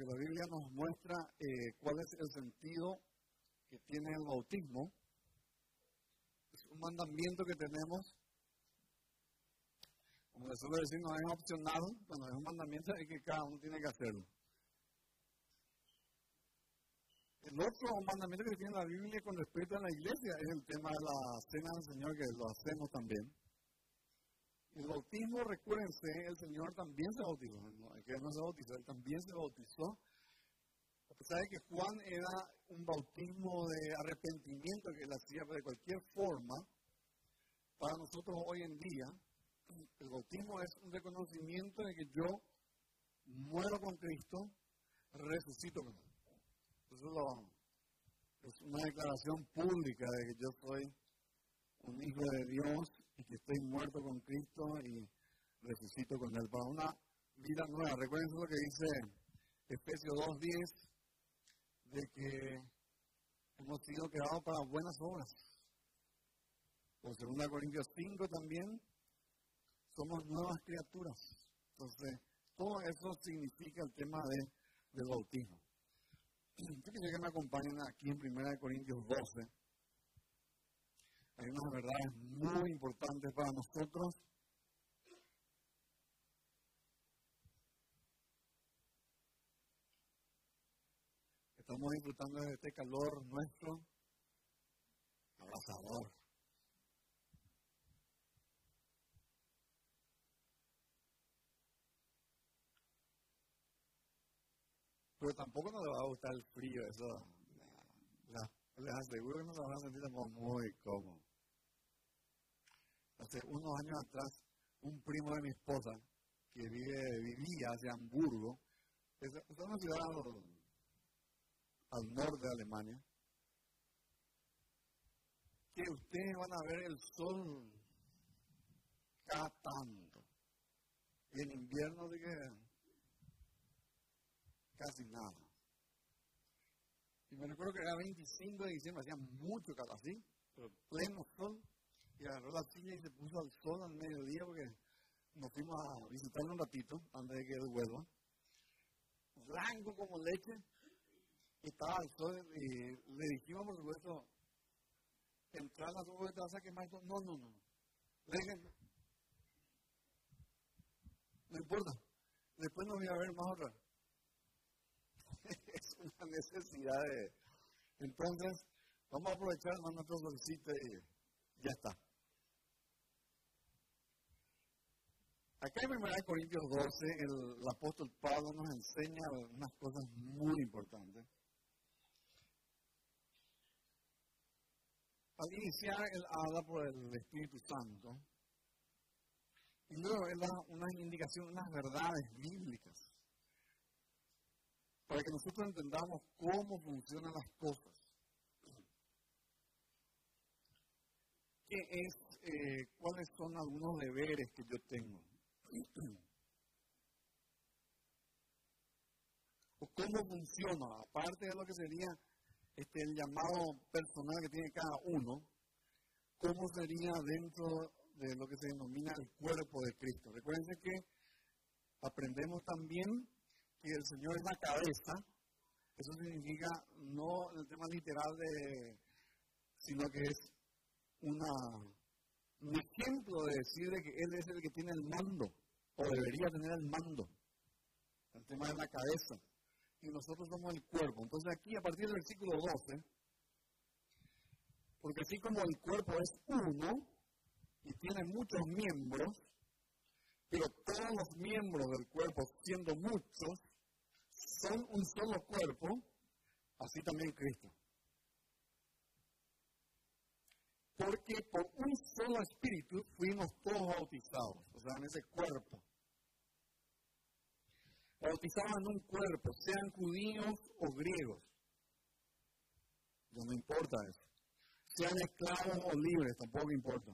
porque la Biblia nos muestra cuál es el sentido que tiene el bautismo. Es un mandamiento que tenemos, como le suelo decir, no es opcional, bueno, es un mandamiento y que cada uno tiene que hacerlo. El otro mandamiento que tiene la Biblia con respecto a la iglesia es el tema de la cena del Señor, que lo hacemos también. El bautismo, recuérdense, el Señor también se bautizó, ¿no? El que no se bautizó, él también se bautizó. A pesar de que Juan era un bautismo de arrepentimiento que él hacía de cualquier forma, para nosotros hoy en día, el bautismo es un reconocimiento de que yo muero con Cristo, resucito con él. Eso es una declaración pública de que yo soy un hijo de Dios y que estoy muerto con Cristo y resucito con él para una vida nueva. Recuerden lo que dice Efesios 2:10, de que hemos sido creados para buenas obras. Por 2 Corintios 5 también, somos nuevas criaturas. Entonces, todo eso significa el tema del bautismo. Yo quisiera que me acompañen aquí en 1 Corintios 12. Hay unas verdades muy importantes para nosotros. Estamos disfrutando de este calor nuestro abrasador. Pero tampoco nos va a gustar el frío, eso. Les aseguro que nos van a sentir como muy cómodos. Hace unos años atrás, un primo de mi esposa, que vivía hacia Hamburgo, es una ciudad al norte de Alemania, que ustedes van a ver el sol cada tanto. Y en invierno, de que casi nada. Y me recuerdo que era 25 de diciembre, hacía mucho calor, así, pero pleno sol, y agarró la silla y se puso al sol al mediodía porque nos fuimos a visitarlo un ratito antes de que él vuelva. Blanco como leche, y estaba al sol, y le dijimos, por supuesto, entrar a las ojos de taza que más. No. Déjenme. No importa. Después no voy a ver más otra vez. Es una necesidad de. Entonces, vamos a aprovechar más nuestro solcito y ya está. Acá en 1 Corintios 12, el apóstol Pablo nos enseña unas cosas muy importantes. Al iniciar, él habla por el Espíritu Santo. Y luego él da unas indicaciones, unas verdades bíblicas, para que nosotros entendamos cómo funcionan las cosas. ¿Cuáles son algunos deberes que yo tengo? O cómo funciona, aparte de lo que sería el llamado personal que tiene cada uno, cómo sería dentro de lo que se denomina el cuerpo de Cristo. Recuerden que aprendemos también que el Señor es la cabeza. Eso significa no en el tema literal sino que es un ejemplo de decir de que Él es el que tiene el mando, o debería tener el mando. El tema de la cabeza. Y nosotros somos el cuerpo. Entonces aquí, a partir del versículo 12, porque así como el cuerpo es uno y tiene muchos miembros, pero todos los miembros del cuerpo, siendo muchos, son un solo cuerpo, así también Cristo. Porque por un solo espíritu fuimos todos bautizados, o sea, en ese cuerpo. Bautizados en un cuerpo, sean judíos o griegos. Ya no importa eso. Sean esclavos o libres, tampoco importa.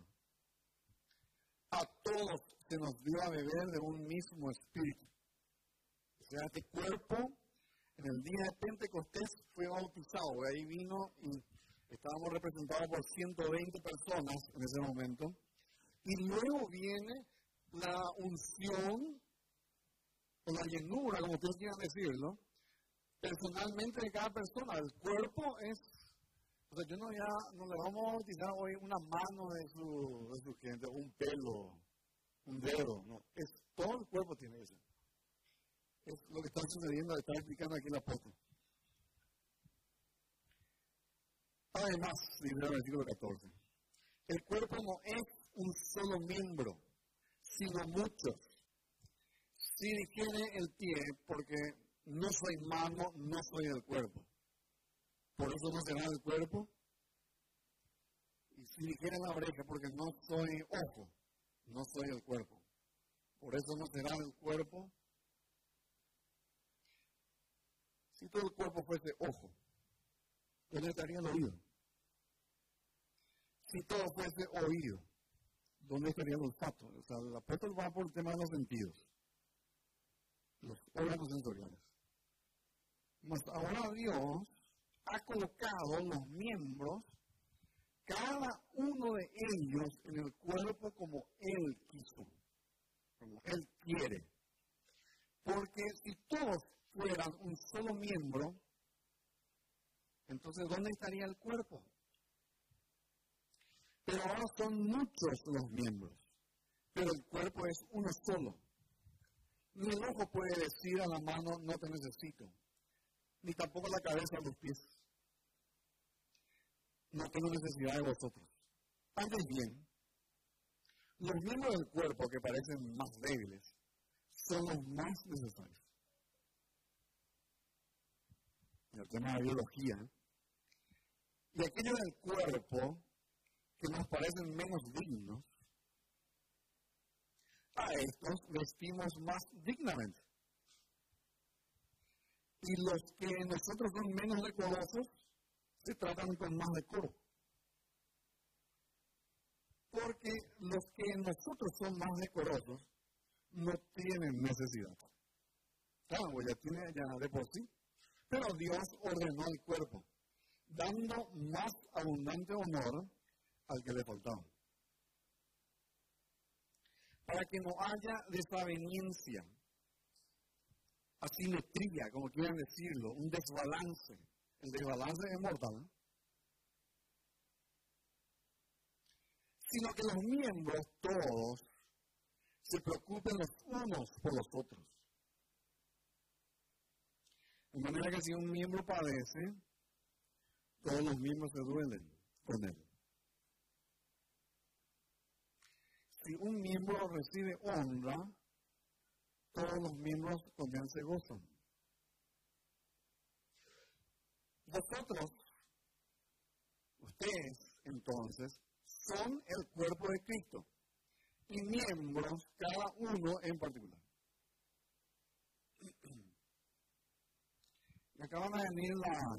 A todos se nos dio a beber de un mismo espíritu. O sea, este cuerpo, en el día de Pentecostés, fue bautizado. Ahí vino y estábamos representados por 120 personas en ese momento. Y luego viene la unción, o la llenura, como ustedes quieran decirlo, personalmente de cada persona. El cuerpo es, o sea, yo no le vamos a bautizar hoy una mano de su cliente, un pelo, un dedo, no. Es todo el cuerpo tiene eso. Es lo que está sucediendo, está explicando aquí el apóstol. Además, dice el versículo 14, el cuerpo no es un solo miembro, sino muchos. Si dijere el pie, porque no soy mano, no soy el cuerpo. Por eso no será el cuerpo. Y si dijere la oreja, porque no soy ojo, no soy el cuerpo. Por eso no será el cuerpo. Si todo el cuerpo fuese ojo, ¿dónde estaría el oído? Si todo fuese oído, ¿dónde estaría el olfato? O sea, el apóstol va por el tema de los sentidos, los órganos sensoriales. Mas ahora Dios ha colocado los miembros, cada uno de ellos, en el cuerpo como Él quiso, como Él quiere. Porque si todos fueran un solo miembro, entonces ¿dónde estaría el cuerpo? Pero ahora son muchos los miembros, pero el cuerpo es uno solo. Ni el ojo puede decir a la mano, no te necesito, ni tampoco la cabeza a los pies, no tengo necesidad de vosotros. Antes bien, los miembros del cuerpo que parecen más débiles son los más necesarios. En el tema de la biología, y aquellos del cuerpo que nos parecen menos dignos, a estos vestimos más dignamente. Y los que nosotros son menos decorosos, se tratan con más decoro. Porque los que nosotros son más decorosos, no tienen necesidad. Claro, pues ya tiene ya de por sí. Pero Dios ordenó el cuerpo, dando más abundante honor al que le faltaba. Para que no haya desaveniencia, asimetría, como quieran decirlo, un desbalance. El desbalance es mortal, ¿eh? Sino que los miembros todos se preocupen los unos por los otros. De manera que si un miembro padece, todos los miembros se duelen con él. Si un miembro recibe honra, todos los miembros con él se gozan. Vosotros, ustedes, entonces, son el cuerpo de Cristo y miembros cada uno en particular. Y acaban de venir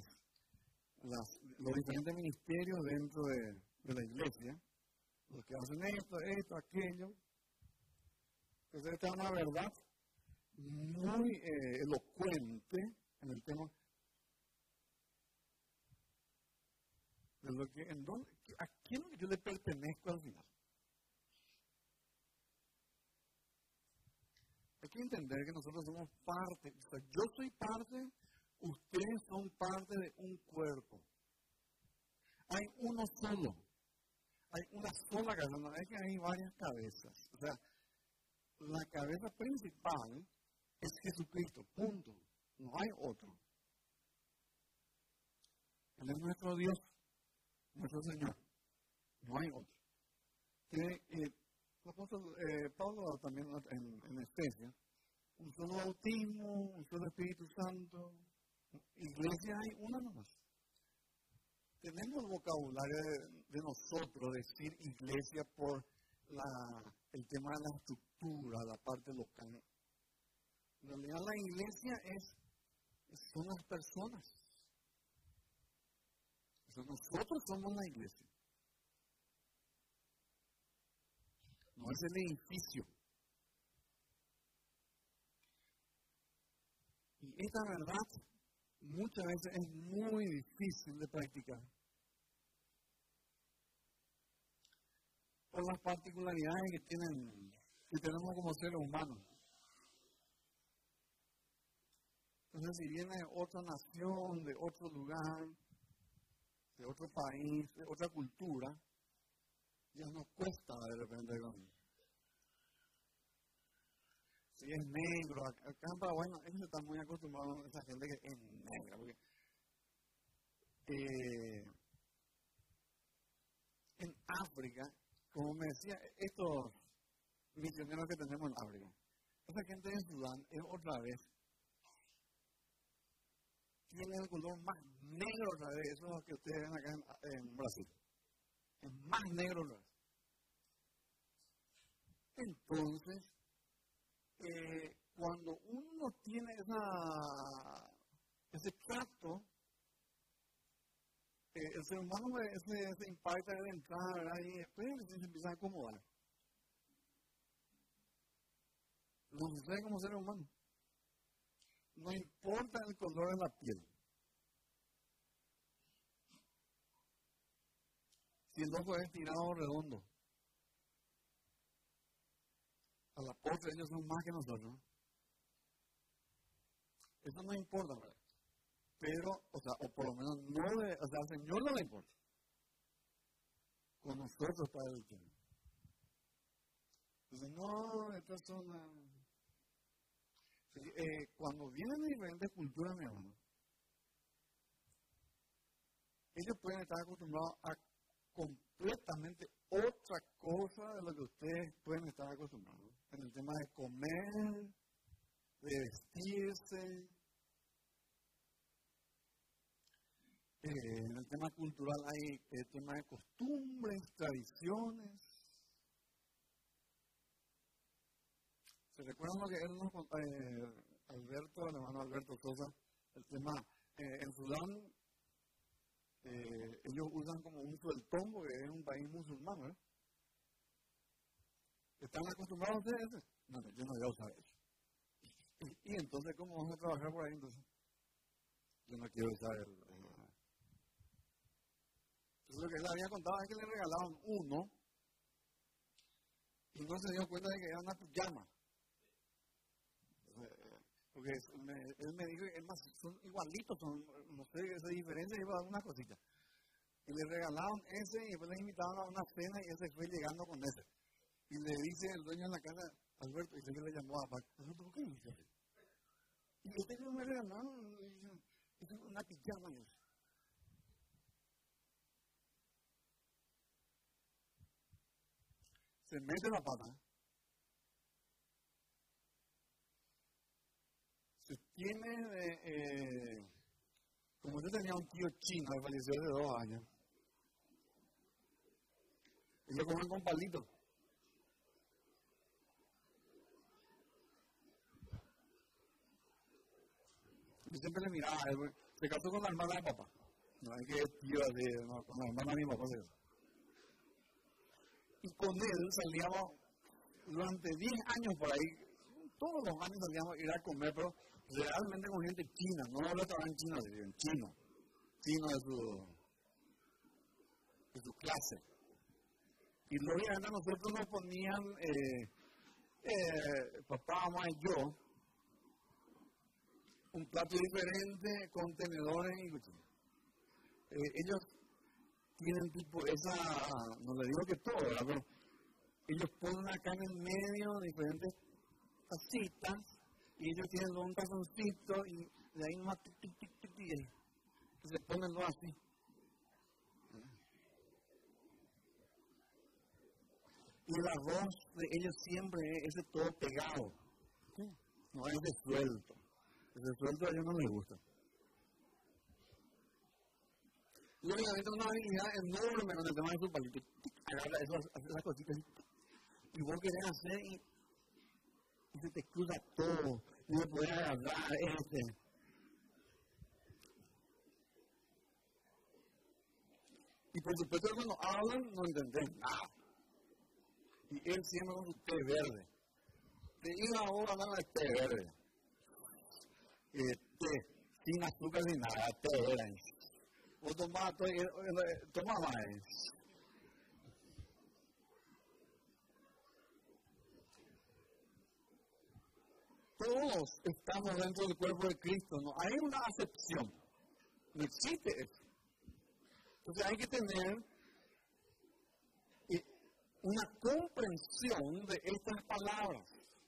los diferentes ministerios dentro de la iglesia, los que hacen esto, aquello. Entonces esta es una verdad muy elocuente en el tema de lo que, a quién yo le pertenezco al final. Hay que entender que nosotros somos parte, o sea, yo soy parte, ustedes son parte de un cuerpo. Hay uno solo, hay una sola cabeza, no es que hay varias cabezas. O sea, la cabeza principal es Jesucristo, punto. No hay otro. Él es nuestro Dios, nuestro Señor. No hay otro. El apóstol Pablo también en Efesios, un solo bautismo, un solo Espíritu Santo. Iglesia hay una nomás. Tenemos el vocabulario de nosotros decir iglesia por el tema de la estructura, la parte local. En realidad la iglesia son las personas. Nosotros somos la iglesia. No es el edificio. Y esta verdad muchas veces es muy difícil de practicar. Por las particularidades que tenemos como seres humanos. Entonces, si viene de otra nación, de otro lugar, de otro país, de otra cultura, ya nos cuesta de repente. Si es negro, acá en Paraguay, ellos están muy acostumbrados a esa gente que es negra. Porque, en África, como me decía, estos misioneros que tenemos en África, esa gente de Sudán es otra vez, tiene el color más negro otra vez, eso que ustedes ven acá en Brasil. Es más negro otra vez. Entonces, cuando uno tiene ese trato, el ser humano se impacta de entrada y después se empieza a acomodar. No sucede como ser humano. No importa el color de la piel. Si el ojo es tirado o redondo, a la postre ellos son más que nosotros. Eso no importa, ¿verdad? Pero, o por lo menos al Señor no le importa. Con nosotros está el tiempo. Entonces, no, esta zona. Cuando vienen de diferentes culturas, mi hermano, ellos pueden estar acostumbrados a completamente otra cosa de lo que ustedes pueden estar acostumbrados. En el tema de comer, de vestirse, en el tema cultural hay el tema de costumbres, tradiciones. ¿Se recuerdan lo que él nos contó, Alberto, el hermano Alberto Sosa? El tema, en Sudán, ellos usan como un sueltón porque es un país musulmán, ¿verdad? ¿Están acostumbrados a hacer eso? No, yo no voy a usar eso. Y entonces, ¿cómo vamos a trabajar por ahí entonces? Yo no quiero usar el... Entonces, lo que él había contado es que le regalaron uno y no se dio cuenta de que era una pijama. Porque él me dijo que son igualitos, no sé, esa diferencia iba a dar una cosita. Y le regalaron ese y después le invitaron a una cena y ese fue llegando con ese. Y le dice el dueño de la casa, Alberto, y le llamó a Paco, ¿por qué dice así? Y este que me regalaron, es una pijama. Se mete la pata. Se tiene, como yo tenía un tío chino que falleció hace 2 años, ellos comen con palitos. Yo siempre le miraba, se casó con la hermana de papá. No es que es tío así, no, con la hermana de mi papá. Y con él salíamos durante 10 años por ahí, todos los años salíamos a ir a comer, pero realmente con gente china, no restaurante chino, en chino de su clase. Y luego a nosotros nos ponían, papá, mamá y yo, un plato diferente con tenedores y cuchillos. Ellos tienen tipo no le digo que todo, ¿verdad? Pero ellos ponen acá en el medio diferentes tacitas y ellos tienen un tazoncito y de ahí nomás y se ponen dos así. Y el arroz de ellos siempre es ese todo pegado, no es de suelto. Ese sueldo a ellos no les gusta. Y obviamente una habilidad enorme en el tema de su palito. Agarra esas cositas y vos querés hacer y se te cruza todo. Y no podés agarrar Y por supuesto cuando hablan no entendés nada. Y él siempre con su té verde. Te iba ahora a hablar de té verde. Té, sin azúcar ni nada, té verde. Vos tomás más. todos estamos dentro del cuerpo de Cristo, no hay una acepción, no existe eso. Entonces hay que tener una comprensión de estas palabras,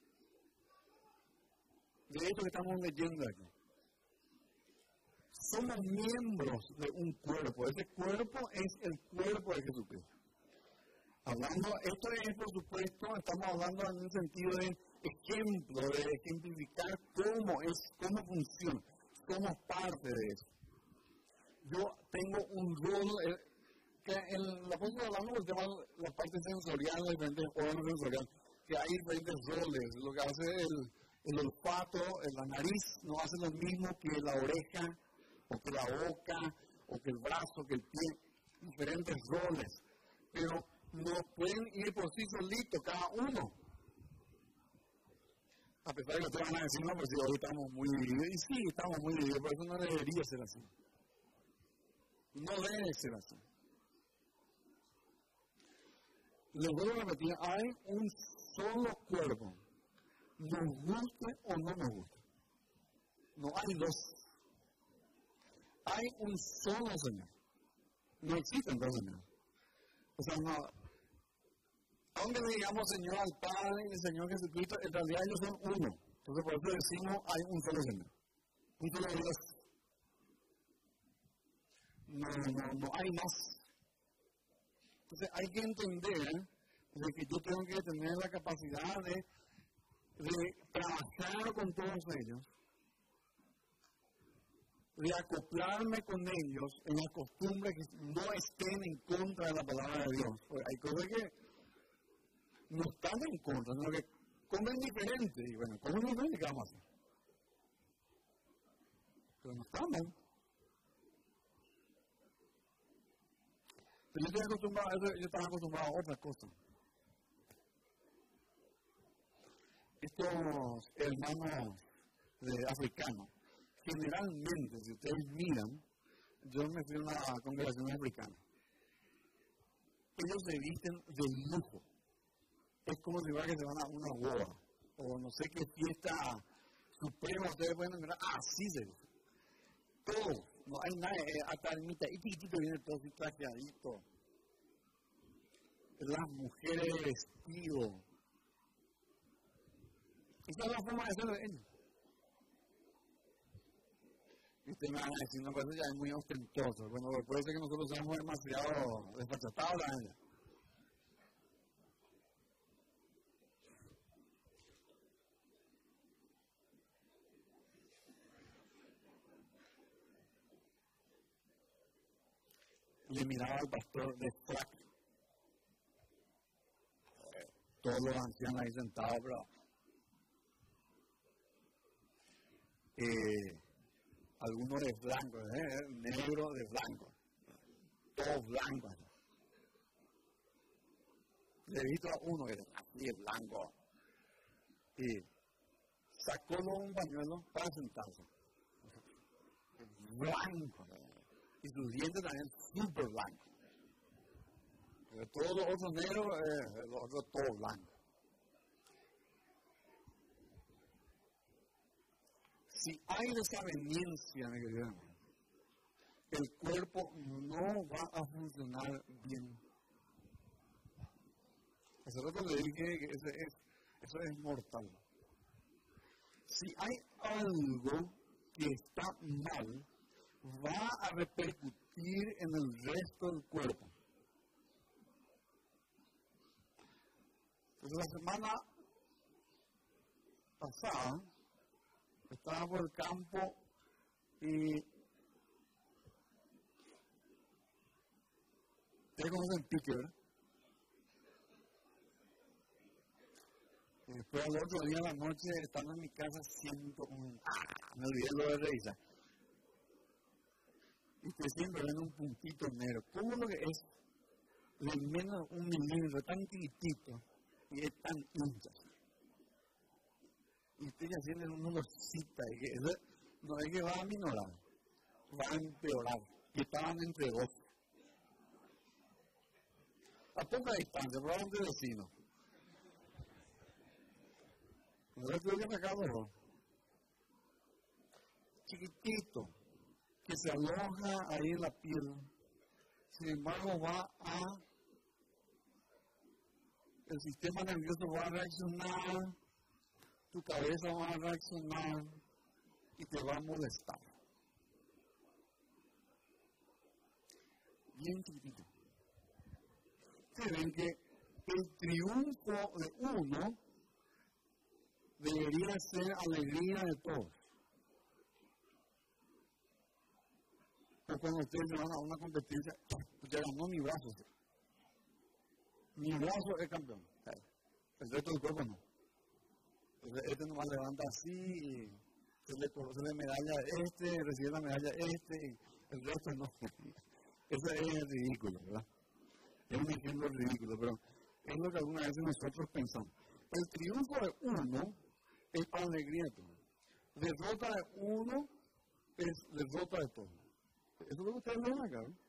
de esto que estamos leyendo aquí. Somos miembros de un cuerpo, ese cuerpo es el cuerpo de Jesucristo. Esto es, por supuesto, estamos hablando en un sentido de ejemplo, de ejemplificar cómo funciona. Somos parte de eso. Yo tengo un rol, que en la próxima hablamos del tema de la parte sensorial, diferentes órganos sensoriales, que hay diferentes roles. Lo que hace el olfato, la nariz, no hace lo mismo que la oreja, o que la boca, o que el brazo, que el pie, diferentes roles. Pero no pueden ir por sí solitos cada uno. A pesar de que ustedes van a decir, no, pues si hoy estamos muy divididos. Y sí, estamos muy divididos, pero eso no debería ser así. No debe ser así. Les voy a repetir, hay un solo cuerpo. Nos guste o no nos guste. No hay dos. Hay un solo Señor. No existen dos señores. O sea, no. Aunque le digamos Señor al Padre y Señor Jesucristo, en realidad ellos son uno. Entonces por eso decimos hay un solo Señor. Un solo Dios. No hay más. Entonces hay que entender de que yo tengo que tener la capacidad de trabajar con todos ellos, de acoplarme con ellos en la costumbre que no estén en contra de la palabra de Dios. Porque hay cosas que no están en contra, sino que comen diferente. Y bueno, comen diferente, ¿qué vamos a hacer? Pero no estamos. Pero yo estaba acostumbrado a otra cosa. Estos hermanos africanos, generalmente, si ustedes miran, yo me fui a una congregación africana. Ellos se visten de lujo. Es como si fuera que se van a una boda, o no sé qué fiesta suprema ustedes pueden mirar. Así se visten. Todo. No hay nada, hasta el mitad, y chiquitito viene todo así trajeadito. Las mujeres de vestido. Esa es la forma de ser de ellos. Y ustedes me van a decir, no, pues eso ya es muy ostentoso. Bueno, puede ser que nosotros seamos demasiado desfachatados. Le miraba al pastor de frac. Todos los ancianos ahí sentados, pero algunos de blanco, negro de blanco, todos blancos. Le he visto a uno que así es blanco y sacó un pañuelo para sentarse. Blanco. Y sus dientes también súper blancos. Todos los otros negros, los otros todos blancos. Si hay desaveniencia, mi querido hermano, el cuerpo no va a funcionar bien. Hace rato le dije que eso es mortal. Si hay algo que está mal, va a repercutir en el resto del cuerpo. Entonces, la semana pasada estaba por el campo y ustedes conocen pique, ¿verdad? Y después al otro día de la noche, estando en mi casa, siento me olvidé lo de revisar. Y usted siempre ven un puntito negro. ¿Cómo lo que es? De menos un milímetro, tan chiquitito, y es tan hincha. Y usted ya tiene una bolsita, y eso no es que va a minorar, va a empeorar. Y estaban entre dos. A poca distancia, probablemente vecinos. Entonces tuve que sacarlo. chiquitito que se aloja ahí en la piel. Sin embargo, el sistema nervioso va a reaccionar, tu cabeza va a reaccionar y te va a molestar. Bien chiquitito. Ustedes ven que el triunfo de uno debería ser alegría de todos. Pero cuando ustedes se van a una competencia, ya ganó mi brazo. Mi brazo es campeón. El resto del cuerpo no. Este nomás levanta así y se le medalla a este, recibe la medalla a este, y el resto no. Eso es ridículo, ¿verdad? Es un ejemplo ridículo, pero es lo que algunas veces nosotros pensamos. El triunfo de uno es para alegría de todos. Derrota de uno es derrota de todos. Eso es lo que ustedes ven acá, ¿no?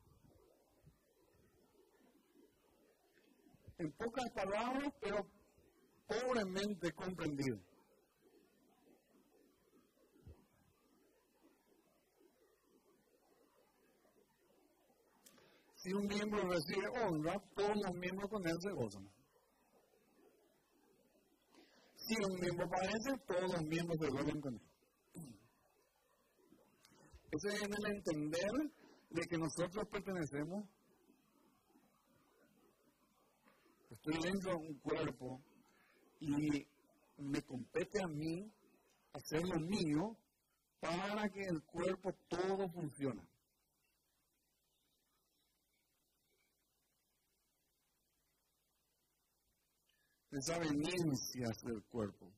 En pocas palabras, pero pobremente comprendido. Si un miembro recibe honra, todos los miembros con él se gozan. Si un miembro padece, todos los miembros se gozan con él. Ese es el entender de que nosotros pertenecemos. Estoy dentro de un cuerpo y me compete a mí hacer lo mío para que el cuerpo todo funcione. Desavenencias del cuerpo.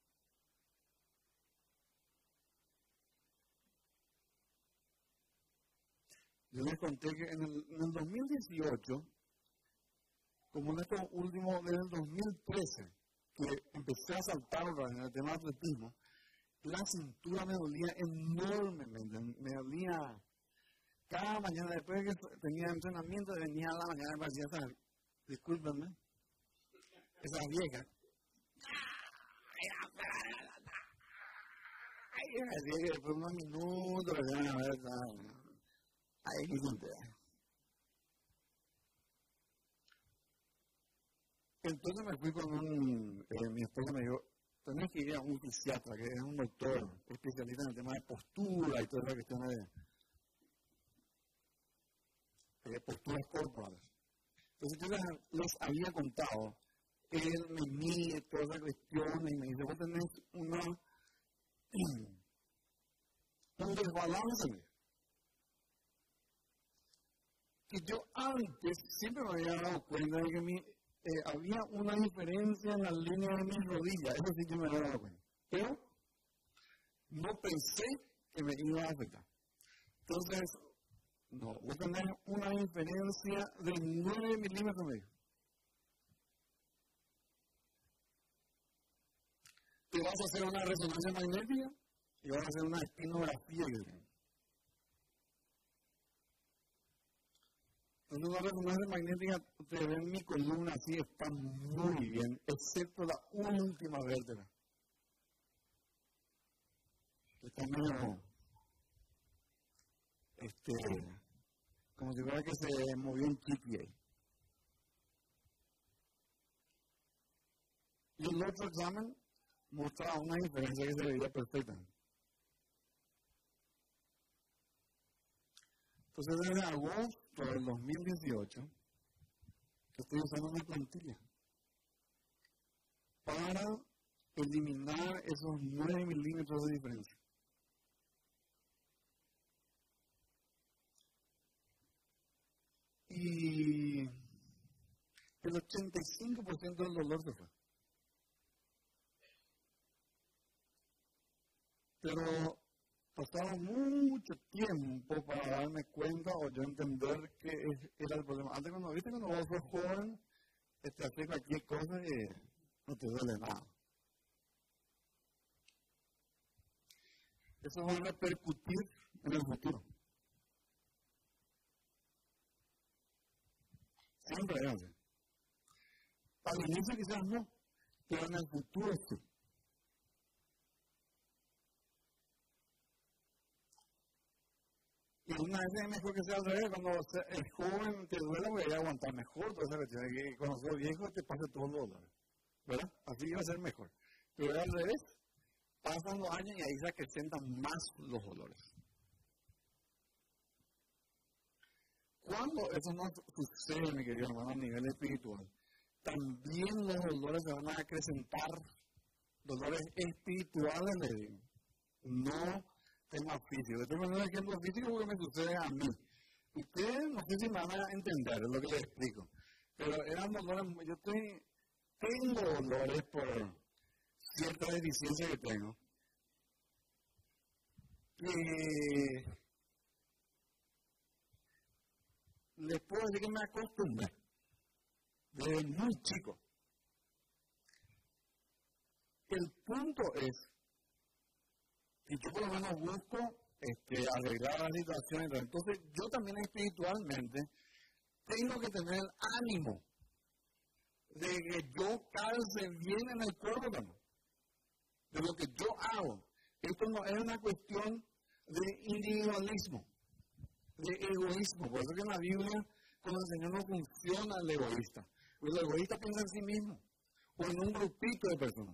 Yo les conté que en el 2018, como en estos últimos, desde el 2013, que empecé a saltar en el tema del atletismo, la cintura me dolía enormemente. Me dolía cada mañana, después de que tenía entrenamiento, venía a la mañana y me decía, discúlpenme, esa vieja. Ay, me decía que después de unos minutos, ay, qué sintea. Entonces me fui con mi esposa me dijo, tenés que ir a un fisiatra, que es un doctor especialista en el tema de postura y todas esas cuestiones de posturas corporales. Entonces yo les había contado, él me mide todas esas cuestiones y me dice, vos tenés un desbalance. Que yo antes siempre me había dado cuenta de que había una diferencia en la línea de mis rodillas, eso sí que me había dado cuenta. Pero no pensé que me iba a afectar. Entonces, no, voy a tener una diferencia de 9 milímetros medio. Te vas a hacer una resonancia magnética y vas a hacer una espinografía. Entonces, una resonancia magnética, te ven mi columna así, está muy bien, excepto la última vértebra. Está medio, como si fuera que se movió un chiqui ahí. Y el otro examen mostraba una diferencia que se veía perfecta. Entonces, desde agosto del 2018, estoy usando una plantilla para eliminar esos 9 milímetros de diferencia. Y el 85% del dolor se fue. Pero pasaba mucho tiempo para darme cuenta o yo entender qué era el problema. Antes cuando vos sos joven, haces cualquier cosa y no te duele nada. Eso va a repercutir en el futuro. Siempre es así. Al inicio quizás no, pero en el futuro sí. Y una vez es mejor que sea al revés, cuando el joven te duela, voy a aguantar mejor toda esa cuestión, y cuando sos viejo te pase todos los dolores, ¿verdad? Así iba a ser mejor. Pero al revés, pasan los años y ahí se acrecentan más los dolores. Cuando eso no sucede, mi querido hermano, a nivel espiritual, también los dolores se van a acrecentar, dolores espirituales, le digo, no temas físicos. Estoy poniendo un ejemplo físico porque me sucede a mí. Ustedes no sé si me van a entender, es lo que les explico, pero eran dolores, yo tengo dolores por cierta deficiencia que tengo, que les puedo decir que me acostumbré desde muy chico. El punto es que yo por lo menos busco arreglar la situación. Entonces yo también espiritualmente tengo que tener ánimo de que yo calce bien en el cuerpo también, de lo que yo hago. Esto no es una cuestión de individualismo, de egoísmo. Por eso que en la Biblia, cuando el Señor no funciona el egoísta. Pues el egoísta piensa en sí mismo, o en un grupito de personas.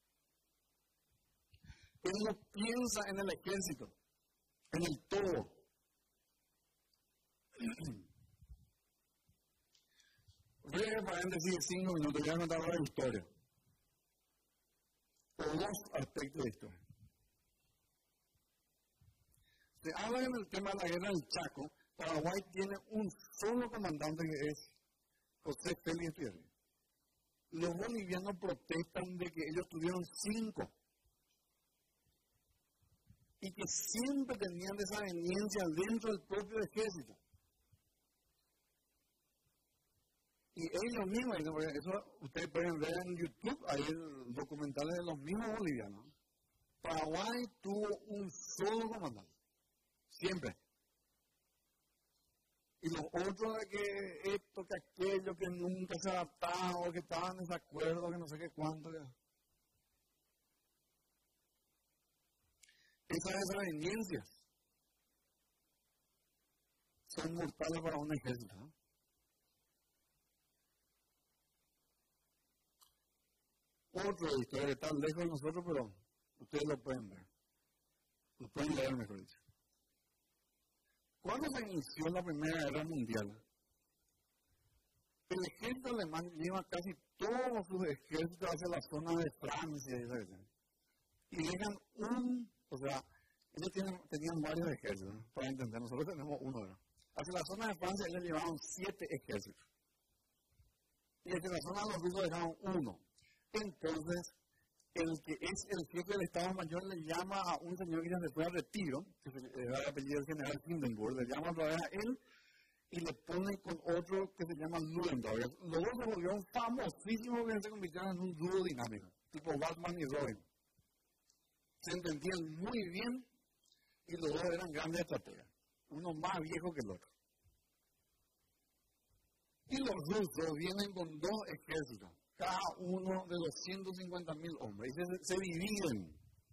Él no piensa en el ejército, en el todo. Voy a paréntesis de 5 minutos, voy a contar la historia. O dos aspectos de historia. Se habla en el tema de la guerra del Chaco. Paraguay tiene un solo comandante que es José Félix Fierro. Los bolivianos protestan de que ellos tuvieron 5 y que siempre tenían desavenencias dentro del propio ejército. Y ellos mismos, eso ustedes pueden ver en YouTube, hay documentales de los mismos bolivianos. Paraguay tuvo un solo comandante, siempre. Y los otros de que esto, que aquello, que nunca se adaptaban, que estaban en desacuerdo, que no sé qué cuánto. Esas desavenencias son mortales para un ejército, ¿no? Otra historia que está lejos de nosotros, pero ustedes lo pueden ver. Lo pueden leer, mejor dicho. ¿Cuándo se inició la Primera Guerra Mundial? El ejército alemán lleva casi todos sus ejércitos hacia la zona de Francia. Y dejan ellos tenían varios ejércitos, ¿no? Para entender, nosotros tenemos uno, ¿no? Hacia la zona de Francia ellos llevaban 7 ejércitos. Y hacia la zona de los rusos dejaban 1. Entonces, el que es el jefe del Estado Mayor le llama a un señor que ya se fue a retiro, que era el apellido del general Hindenburg, le llama otra vez a él y le pone con otro que se llama Ludendorff. Los dos se volvieron famosísimos que se convirtieron en un dúo dinámico, tipo Batman y Robin. Se entendían muy bien y los dos eran grandes estrategas, uno más viejo que el otro. Y los rusos vienen con 2 ejércitos, cada uno de 250,000 hombres, y se dividen.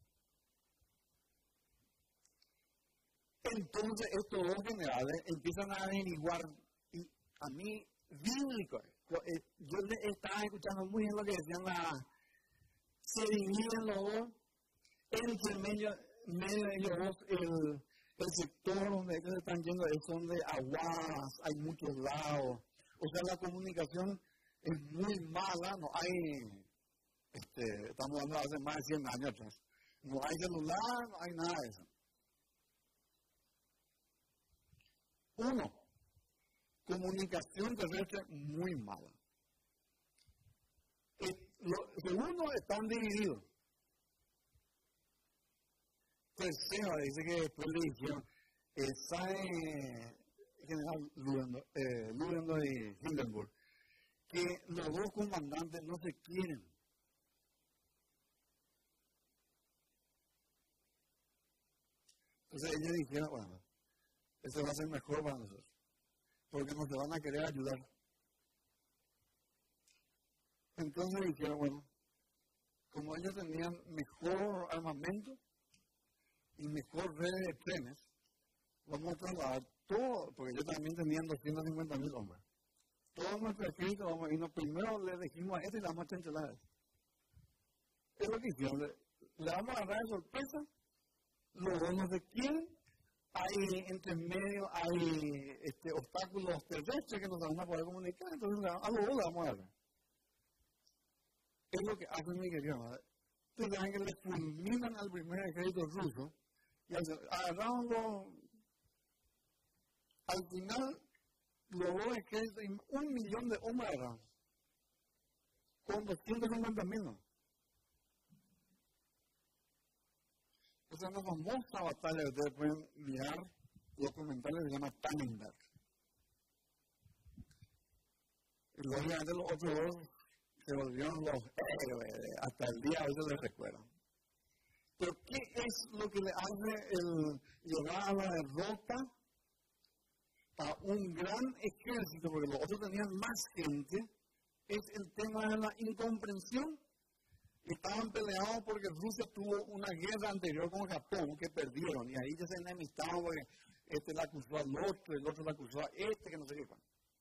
Entonces estos 2 generales empiezan a averiguar, y a mí, bíblico, yo estaba escuchando muy bien lo que decían, se dividen los 2, entre medio de ellos 2, el sector donde ellos están yendo es donde aguas, hay muchos lados, o sea, la comunicación es muy mala, no hay, estamos hablando hace más de 100 años atrás, no hay celular, no hay nada de eso. 1, comunicación terrestre muy mala. Segundo, están divididos. Tercero, dice que después le dijeron, sabe general Ludendorff y Hindenburg, que los 2 comandantes no se quieren. Entonces ellos dijeron, bueno, eso va a ser mejor para nosotros, porque nos van a querer ayudar. Entonces dijeron, bueno, como ellos tenían mejor armamento y mejor red de trenes, vamos a trasladar todo, porque yo también tenía 250,000 hombres. Todo nuestro ejército, vamos a irnos, primero le dijimos a este y le vamos a chancelar a este. Es lo que hicieron, le vamos a agarrar de sorpresa, los dos no se quieren, hay entre medio, hay obstáculos terrestres que nos van a poder comunicar, entonces a los dos le vamos a agarrar. Es lo que hacen mi querido madre. Ustedes saben que le fulminan al primer ejército ruso y agarraron al final los dos ejércitos, 1,000,000 de hombres agarraron, con 250,000. ¿No? Esa es una famosa batalla que ustedes pueden mirar documentales que se llama Tannenberg. Y lógicamente los otros dos se volvieron los héroes, hasta el día a veces les recuerdan. Pero ¿qué es lo que le hace el llegar a la derrota a un gran ejército? Porque los otros tenían más gente. Es el tema de la incomprensión. Estaban peleados porque Rusia tuvo una guerra anterior con Japón que perdieron. Y ahí ya se enemistaban porque le acusó al otro, el otro le acusó a que no sé qué.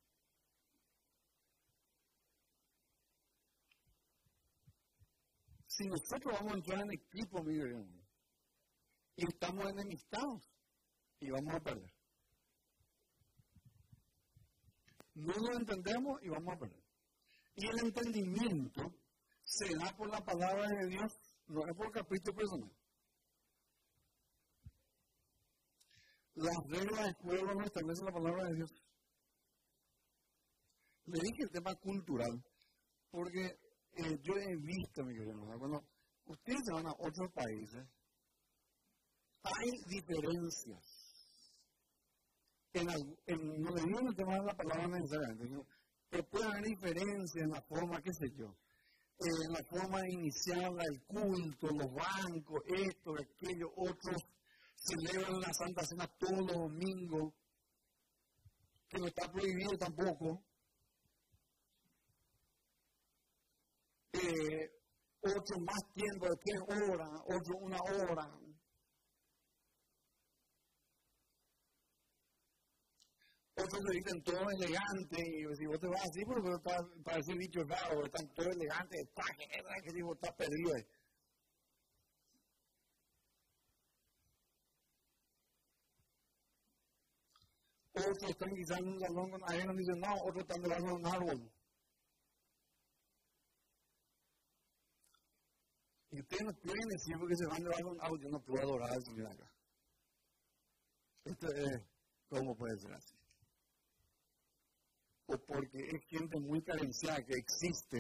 Si nosotros vamos a entrar en equipo, miren, y estamos enemistados, y vamos a perder. No lo entendemos y vamos a perder. Y el entendimiento se da por la palabra de Dios, no es por capricho personal. Las reglas del juego no establecen la palabra de Dios. Le dije el tema cultural, porque yo he visto, mi querido hermano, cuando ustedes se van a otros países, hay diferencias. No le digo el tema de la palabra necesariamente, pero puede haber diferencias en la forma, qué sé yo, en la forma de iniciar el culto, los bancos, esto, aquello, otros celebran la Santa Cena todos los domingos, que no está prohibido tampoco. Otros más tiempo de 3 horas, otros 1 hora. Otros se dicen todo elegante, y si vos te vas así, porque parece bicho raro, están todo elegante, que si vos estás perdido ahí. Otros están quizás en un salón con arena y dicen, no, otros están debajo de un árbol. Y ustedes no pueden decir porque se van debajo de un árbol, yo no puedo adorar al Señor acá. ¿Cómo puede ser así? O porque es gente muy carenciada que existe.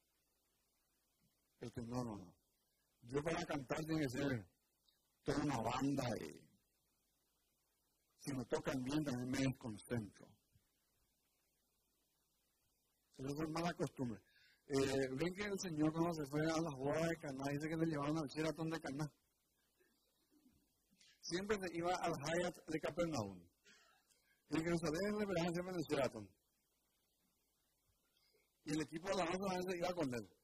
No. Yo para cantar tiene que ser toda una banda y si me tocan bien también me desconcentro. Eso es mala costumbre. Ven que el Señor cuando se fue a las bodas de Caná, dice que le llevaban al Sheraton de Caná. Siempre se iba al Hyatt de Capernaum. Y en Jerusalén le esperaban siempre en el Sheraton. Y el equipo de la raza iba con él.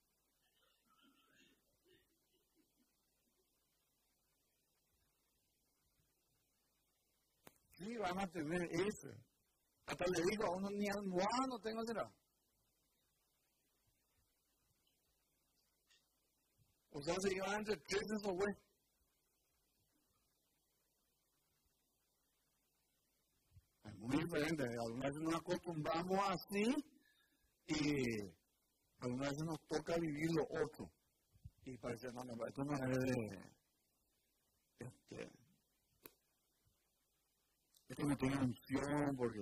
Sí, van a tener ese. Hasta le digo a uno, ni almohada no tengo, será. O sea, se iban entre 3 esos güey. Es muy diferente. Algunas veces nos acostumbramos así y algunas veces nos toca vivir lo otro. Y parece, no, esto no es de... Esto no tiene unción porque...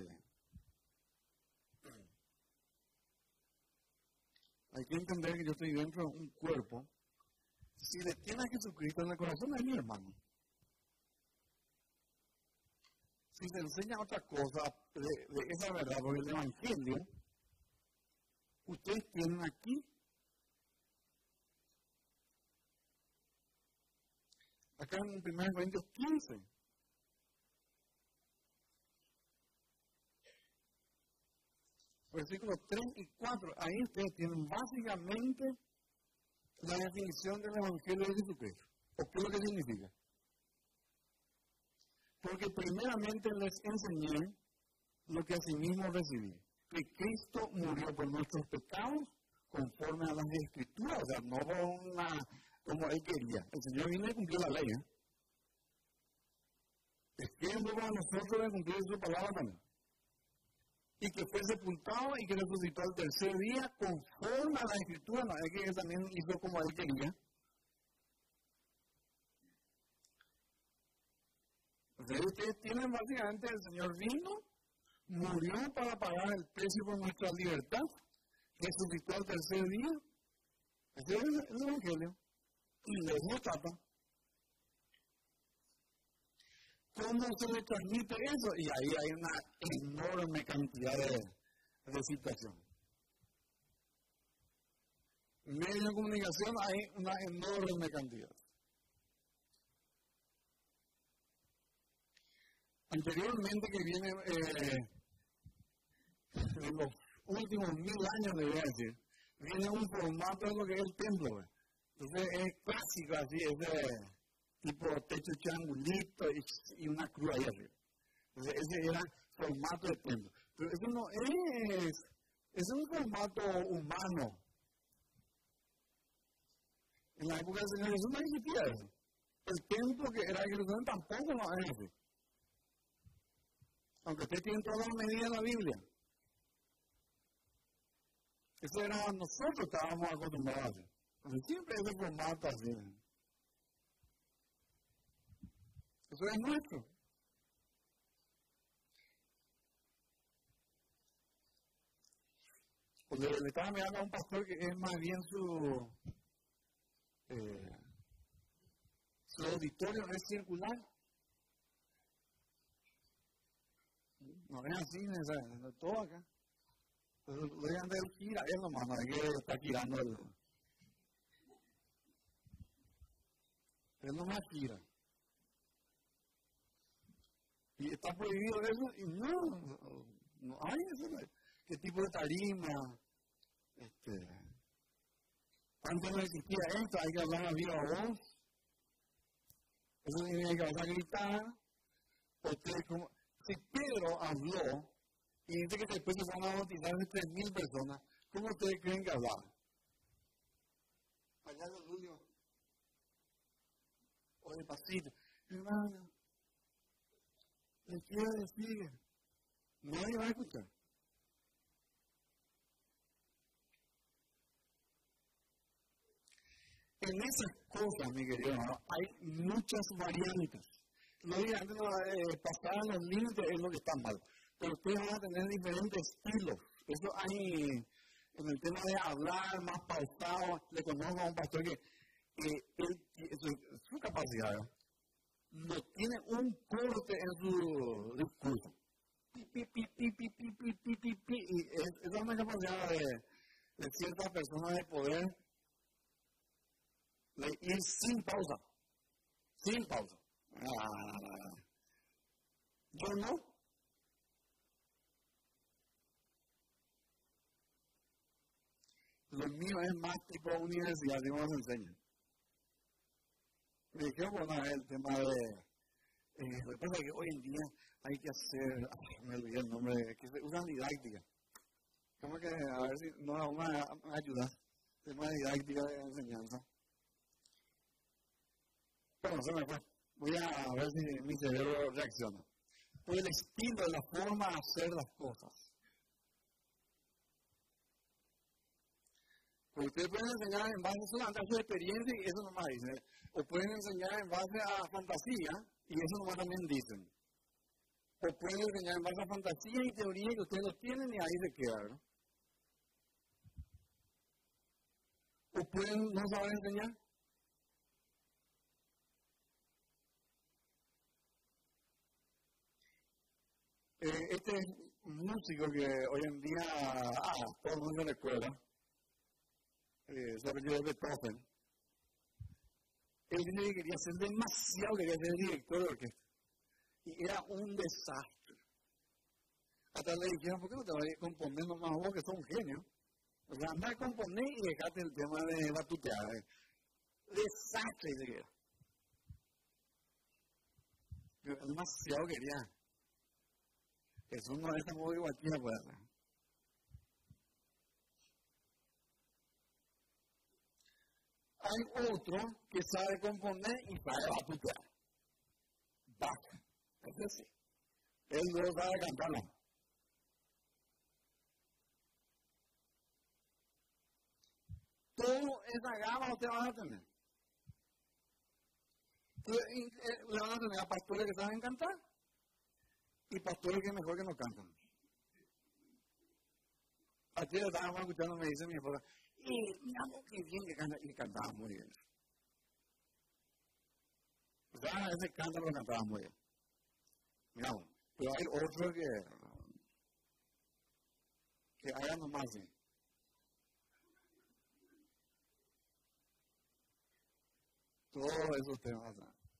Hay que entender que yo estoy dentro de un cuerpo. Si le tiene a Jesucristo en el corazón, es mi hermano. Si se enseña otra cosa de esa verdad, porque el Evangelio, ustedes tienen aquí, acá en 1 Corintios 15, versículos 3 y 4, ahí ustedes tienen básicamente la definición del Evangelio de Jesucristo. ¿O qué es lo que significa? Porque primeramente les enseñé lo que asimismo recibí, que Cristo murió por nuestros pecados conforme a las Escrituras, o sea, no como Él quería. El Señor vino y cumplió la ley. Es tiempo para nosotros de cumplir su palabra también. Y que fue sepultado y que resucitó al tercer día conforme a la Escritura, no es que Él también hizo como Él quería. Entonces ustedes tienen básicamente, el Señor vino, murió para pagar el precio por nuestra libertad, resucitó al tercer día. Ese es el Evangelio. Y de eso trata. ¿Cómo se le transmite eso? Y ahí hay una enorme cantidad de situaciones. En medios de comunicación hay una enorme cantidad. Anteriormente, que viene en los últimos 1000 años, le voy a decir, viene un formato de lo que es el templo. Entonces es clásico, así, es tipo techo triangulito y una cruz ahí arriba. Entonces ese era formato de templo. Pero eso no es un formato humano. En la época del Señor Jesús no existía eso. El templo que era Jerusalén tampoco no es así. Aunque usted tiene todas las medidas en la Biblia. Eso era, nosotros estábamos acostumbrados a hacer. Porque siempre ese formato así. Eso es nuestro. Porque le estaba mirando a un pastor que es más bien su auditorio es circular. No es así, ¿sabes? Todo acá. Entonces, lo dejan de gira, es nomás, no hay que estar girando el. Es nomás gira. Y está prohibido eso, y no hay eso. ¿Qué tipo de tarima? Antes no existía esto, hay que hablar a viva voz. Eso significa que vas a gritar. Si Pedro habló, y dice que después se van a bautizar de 3000 personas, ¿cómo ustedes creen que hablaba? Allá de Julio. O de pasito. Hermano, les quiero decir, nadie va a escuchar. En esas cosas, mi querido hermano, hay muchas variantes. No digan, pasar los límites es lo que está mal. Pero ustedes van a tener diferentes estilos. Eso hay en el tema de hablar más pausado. Le conozco a un pastor que su capacidad no tiene un corte en su discurso. Y esa es una capacidad de ciertas personas de poder de ir sin pausa. Sin pausa. Yo no. Lo mío es más tipo universidad, ¿cómo nos enseñan? Me dijeron, bueno, el tema de. Lo que pasa es que hoy en día hay que hacer. Me olvidé el nombre, que se usan didáctica. ¿Cómo que? A ver si nos vamos a ayudar. Tema de didáctica de enseñanza. Bueno, se me fue. Voy a ver si mi cerebro reacciona. Por el estilo, la forma de hacer las cosas. Porque ustedes pueden enseñar en base solamente a su experiencia y eso nomás dicen. O pueden enseñar en base a fantasía y eso nomás también dicen. O pueden enseñar en base a fantasía y teoría que ustedes no tienen y ahí se queda, ¿verdad? O pueden no saber enseñar. Este músico que hoy en día todo el mundo recuerda, se apellido Beethoven, él dice que quería ser demasiado, quería ser director de orquesta. Y era un desastre. Hasta le dijeron, ¿por qué no te vas a ir componiendo más vos que sos un genio? O sea, anda a componer y dejate el tema de batutear. Desastre, dice que era. demasiado quería. Jesús no es tan muy guachina, pues. Hay otro que sabe componer y sabe batutear. Bach, ese sí. Él no sabe cantarlo. Toda esa gama usted va a tener. Le van a tener a pastores que saben cantar y pastores que mejor que no cantan. Aquí estábamos escuchando, me dice mi esposa, mira qué bien que canta, y cantaba muy bien. O sea, a veces canta, pero cantaba muy bien. Mira, pero hay otros que hagan nomás así. Todos esos temas.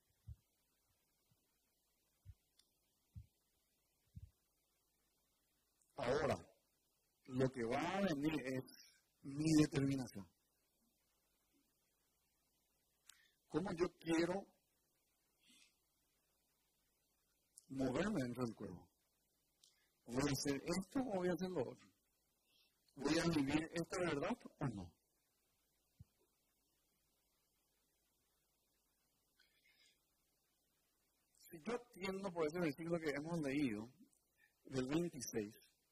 Ahora, lo que va a venir es mi determinación. ¿Cómo yo quiero moverme dentro del cuerpo? ¿Voy a hacer esto o voy a hacer lo otro? ¿Voy a vivir esta verdad o no? Si yo atiendo por ese versículo que hemos leído, del 26,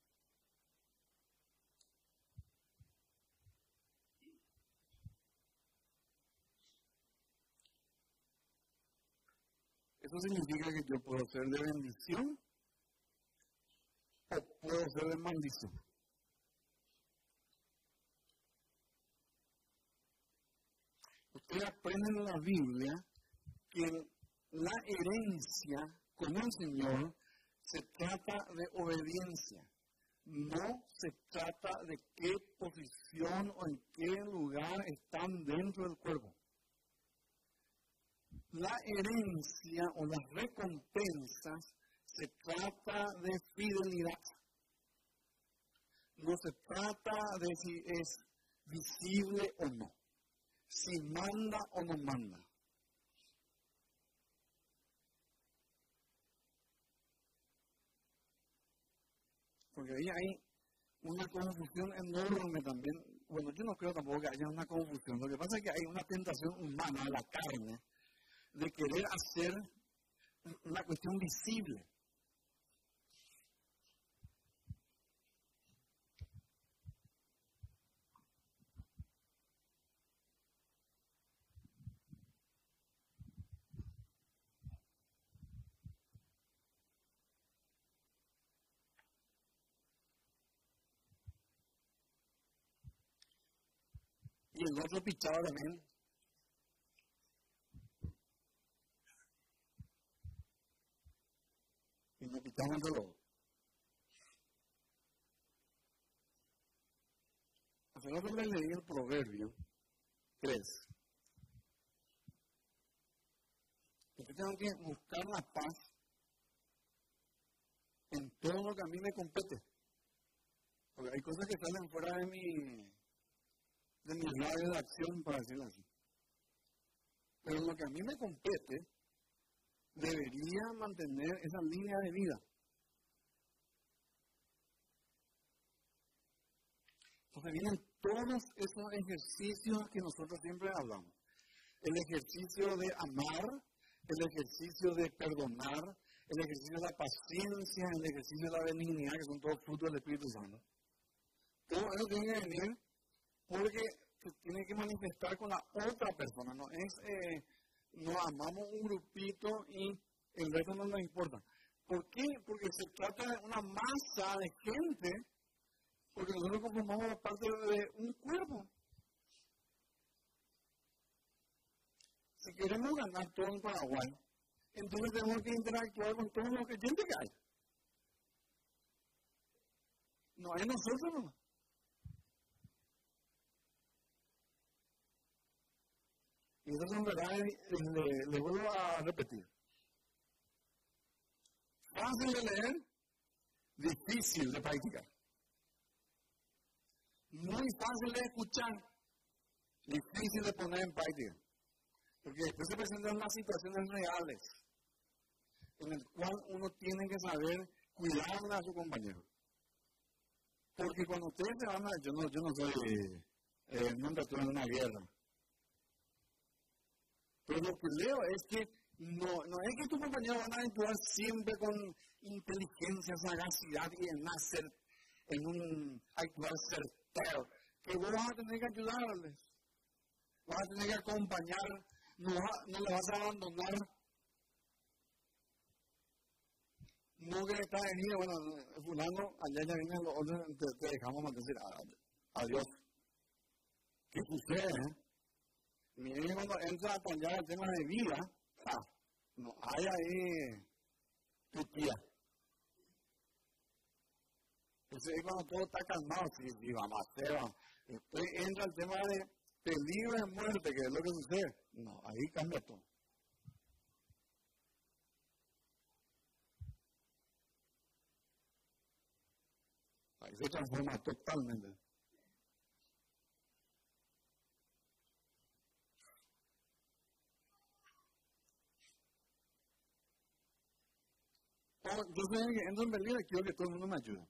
eso significa que yo puedo ser de bendición o puedo ser de maldición. Usted aprende en la Biblia que la herencia con el Señor se trata de obediencia. No se trata de qué posición o en qué lugar están dentro del cuerpo. La herencia o las recompensas se trata de fidelidad. No se trata de si es visible o no, si manda o no manda. Porque ahí hay una confusión enorme también. Bueno, yo no creo tampoco que haya una confusión. Lo que pasa es que hay una tentación humana a la carne de querer hacer una cuestión visible. Y el otro pichado también. Y nos pichamos entre los dos. Nosotros le leí el Proverbio 3. Yo tengo que buscar la paz en todo lo que a mí me compete. Porque hay cosas que salen fuera de mi radio de acción, para decirlo así. Pero lo que a mí me compete, debería mantener esa línea de vida. Entonces vienen todos esos ejercicios que nosotros siempre hablamos. El ejercicio de amar, el ejercicio de perdonar, el ejercicio de la paciencia, el ejercicio de la benignidad, que son todos frutos del Espíritu Santo. Todo eso tiene que venir porque se tiene que manifestar con la otra persona. No es, nos amamos un grupito y el resto no nos importa. ¿Por qué? Porque se trata de una masa de gente, porque nosotros conformamos parte de un cuerpo. Si queremos ganar todo en Paraguay, entonces tenemos que interactuar con todos los gente que hay. No hay nosotros nomás. Y esas son verdades, le vuelvo a repetir. Fácil de leer, difícil de practicar. Muy fácil de escuchar, difícil de poner en práctica. Porque después se presentan unas situaciones reales. en el cual uno tiene que saber cuidar a su compañero. Porque cuando ustedes se van a... Yo no soy... nunca estuve en una guerra. Pero lo que leo es que no es que tus compañeros van a actuar siempre con inteligencia, sagacidad y en un actuar certero. Que vos vas a tener que ayudarles. Vas a tener que acompañar. No le vas a abandonar. No que está venido, bueno, fulano, allá ya vienen los otros, te dejamos decir adiós. ¿Qué sucede? Miren cuando entra a apoyar el tema de vida, no hay ahí tu tía. Entonces es cuando todo está calmado, si vamos a hacer, después entra el tema de peligro de muerte, que es lo que sucede. No, ahí cambia todo. Ahí se transforma totalmente. Yo sé que entro en peligro y quiero que todo el mundo me ayude.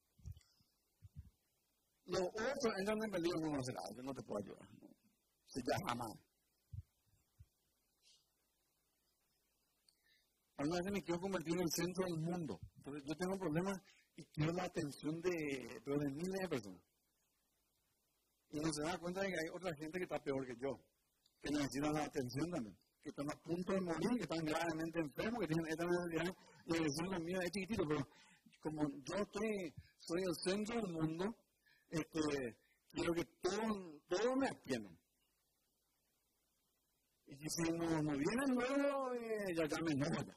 Los otros entran en peligro y no van a hacer nada, yo no te puedo ayudar. Si ya jamás. Alguna vez me quiero convertir en el centro del mundo. Entonces yo tengo problemas y quiero la atención de miles de personas. Y no se da cuenta de que hay otra gente que está peor que yo, que necesita la atención también, que están a punto de morir, que están gravemente enfermos, que tienen esta necesidad de decir lo mío es chiquitito, pero como yo soy el centro del mundo, quiero que todos me atiendan. Y si no vienen luego, ya me enojo ya.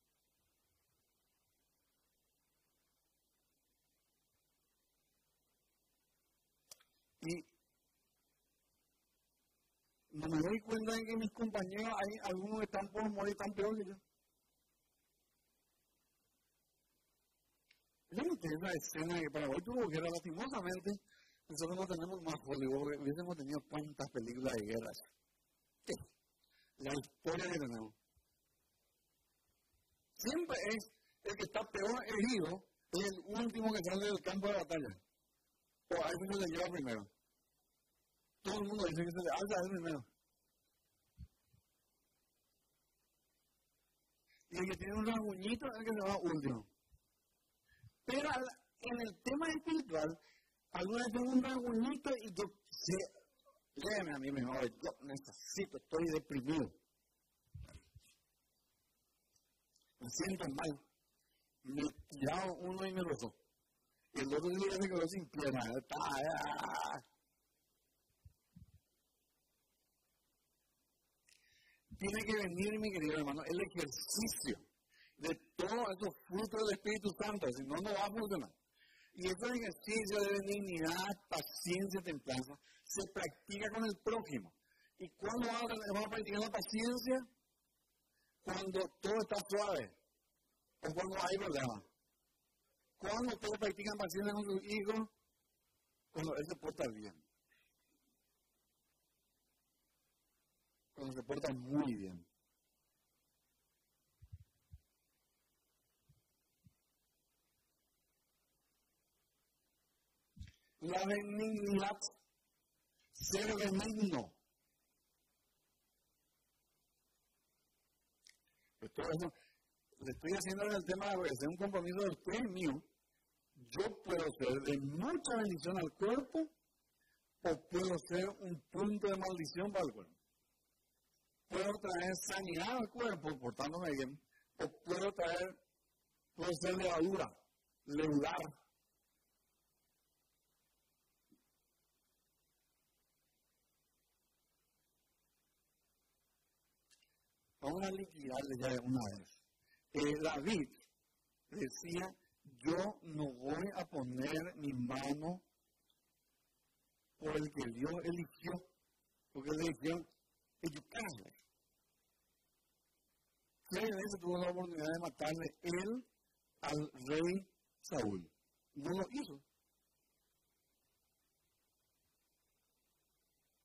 Y no me doy cuenta de que mis compañeros, hay algunos que están por morir tan peor que yo. Yo no tengo una escena que Paraguay tuvo guerra, lastimosamente. Nosotros no tenemos más Hollywood, hubiésemos tenido cuántas películas de guerra. ¿Qué? La historia que tenemos. Siempre es el que está peor herido, es el último que sale del campo de batalla. O a ese se le lleva primero. Todo el mundo dice que se le alza a él primero. Y el que tiene un rasguñito es el que se va último. Pero en el tema espiritual, alguna vez tengo un rasguñito y yo sé, léeme a mí mejor, yo necesito, estoy deprimido. Me siento mal. Me tiraba uno y me rozó. Y el otro día se quedó sin pierna. Tiene que venir, mi querido hermano, el ejercicio de todos esos frutos del Espíritu Santo, si no, no va a funcionar. Y ese ejercicio de benignidad, paciencia, templanza, se practica con el prójimo. ¿Y cuándo vamos a practicar la paciencia? Cuando todo está suave, o cuando hay problemas. ¿Cuándo ustedes practican paciencia con sus hijos? Cuando él se porta bien. Cuando se porta muy bien. La benignidad, ser benigno. Pues todo eso, le estoy haciendo en el tema de hacer un compromiso de usted y mío. Yo puedo ser de mucha bendición al cuerpo o puedo ser un punto de maldición para el cuerpo. Puedo traer sanidad al cuerpo portándome bien o puedo ser levadura, leudar. Vamos a liquidarle ya de una vez. David decía, yo no voy a poner mi mano por el que Dios eligió, porque él eligió educarle. ¿Qué veces tuvo la oportunidad de matarle él al rey Saúl? No lo hizo.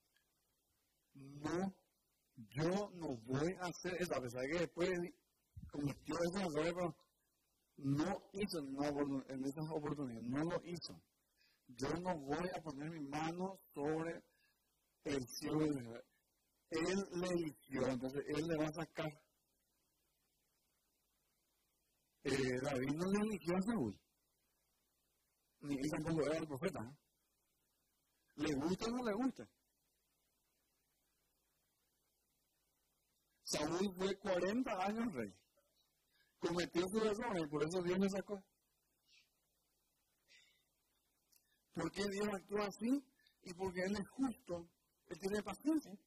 No, yo no voy a hacer eso, a pesar de que después cometió esos errores, pero no hizo en esas oportunidades, no lo hizo. Yo no voy a poner mi mano sobre el cielo de Israel. Él le eligió, entonces él le va a sacar. David no le eligió a Saúl, ni tampoco era el profeta. ¿Le gusta o no le gusta? Saúl fue 40 años rey. Cometió sus errores y por eso Dios le sacó. ¿Por qué Dios actúa así? Y porque Él es justo. Él tiene paciencia.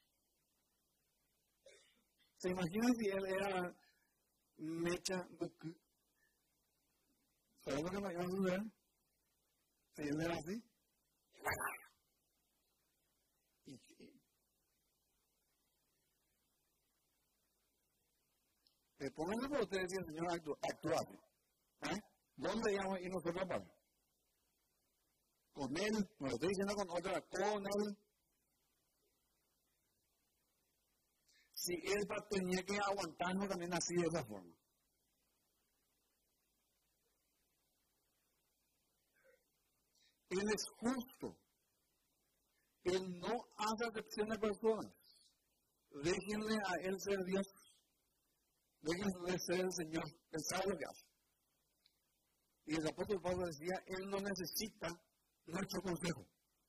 ¿Se imaginan si Él era Mecha Goku? ¿Sabes lo que me iba a suceder? Si Él era así. Pónganle por ustedes si el Señor actúa así. ¿Dónde íbamos a ir nosotros para? Con Él, me lo estoy diciendo con otra, con Él. Si Él tenía que aguantarnos también así de esa forma. Él es justo. Él no hace acepción de personas. Déjenle a Él ser Dios. Déjenle ser el Señor. Él sabe lo que hace. Y el apóstol Pablo decía, Él no necesita nuestro consejo.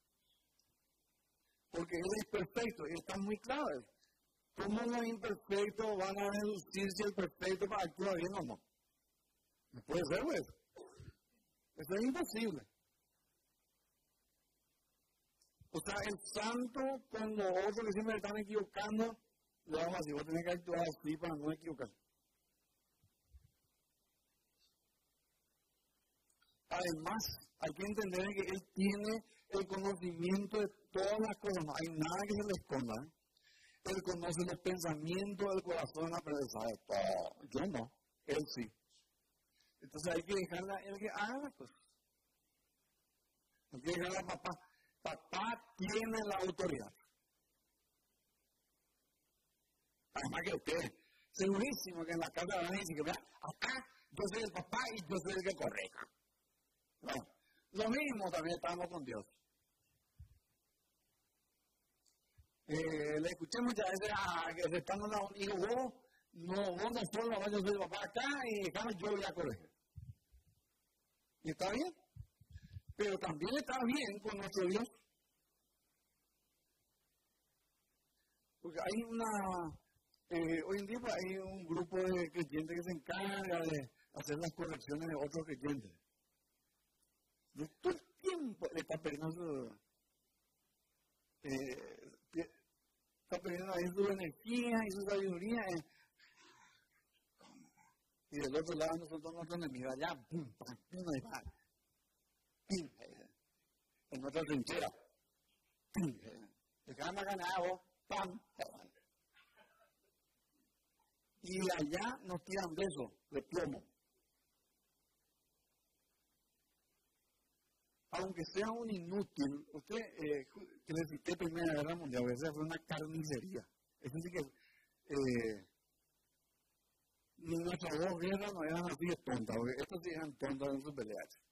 Porque Él es perfecto. Y está muy claro. ¿Cómo los imperfectos van a deducir si el perfecto va a actuar bien o no? No puede ser, pues. Eso es imposible. O sea, el santo, cuando otros que siempre están equivocando, le vamos a decir, vos tenés que actuar así para no equivocarse. Además, hay que entender que Él tiene el conocimiento de todas las cosas, no hay nada que se le esconda. Él conoce los pensamientos del corazón, pero Él sabe todo. Yo no, Él sí. Entonces hay que dejarle a Él que haga las cosas. Hay que dejarle a papá. Papá tiene la autoridad. Además que usted, segurísimo que en la casa van a decir que, acá yo soy el papá y yo soy el que corrija. Bueno, lo mismo también estamos con Dios. Le escuché muchas veces que se están dando un hijo, vos no solo, yo soy el papá acá y déjame yo voy a corregir. ¿Y está bien? Pero también está bien con nuestro Dios. Porque hay hoy en día hay un grupo de creyentes que se encarga de hacer las correcciones de otros creyentes. De todo el tiempo le está perdiendo está perdiendo ahí su energía y su sabiduría. Y del otro lado nosotros nuestro enemigo allá, pum, pam, pum, en nuestra trinchera. El que ganado, pam. Y allá nos tiran besos de plomo. Aunque sea un inútil, usted que le cité Primera Guerra Mundial, esa fue una carnicería. Eso sí que nuestras dos guerras no eran así de tontas, porque estos sí eran tontas en sus peleas.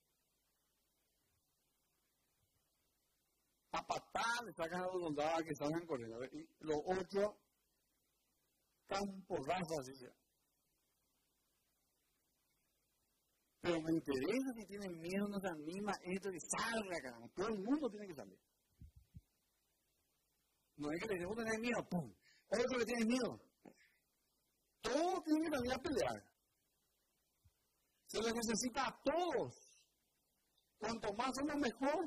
A patada le sacan a los soldados que salgan corriendo. Y los otros camporrazos así sea. Pero me interesa si tienen miedo, no se anima, esto que salga acá. Todo el mundo tiene que salir. No es que le digo tener miedo, ¡pum! Otro que tiene miedo. Todos tienen que salir a pelear. Se les necesita a todos. Cuanto más somos mejor.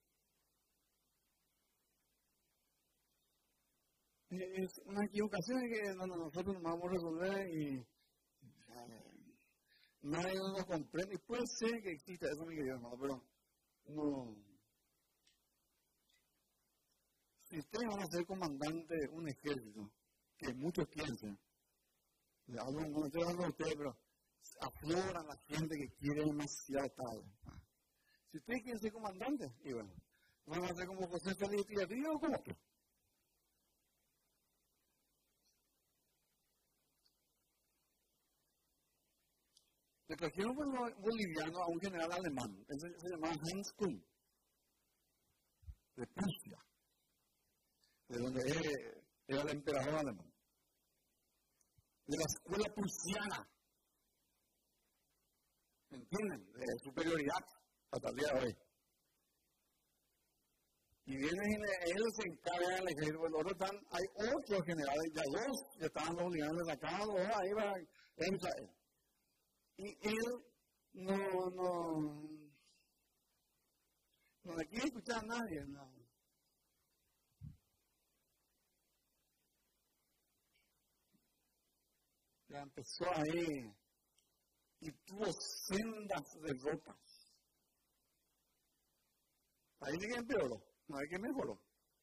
Es una equivocación que nosotros nos vamos a resolver y nadie nos comprende. Puede ser que exista eso, mi querido hermano, pero no. Si ustedes van a ser comandante de un ejército, que muchos piensan, no estoy hablando de ustedes, pero aflora la gente que quiere demasiado tarde. Si ustedes quieren ser comandantes, y bueno, van a ser como José Félix y Río o como otro. Le trajeron boliviano a un general alemán, él se llamaba Hans Kuhn, de Prusia, de donde era el emperador alemán, de la escuela prusiana, ¿entienden? De superioridad hasta el día de hoy. Y viene él se encarga del ejército, los otros hay otros generales, ya dos que estaban los bolivianos sacados, ahí va Israel. Y él no le quiere escuchar a nadie, no. Ya empezó ahí y tuvo sendas derrotas. Ahí sí que empeoró, no hay que mejoró.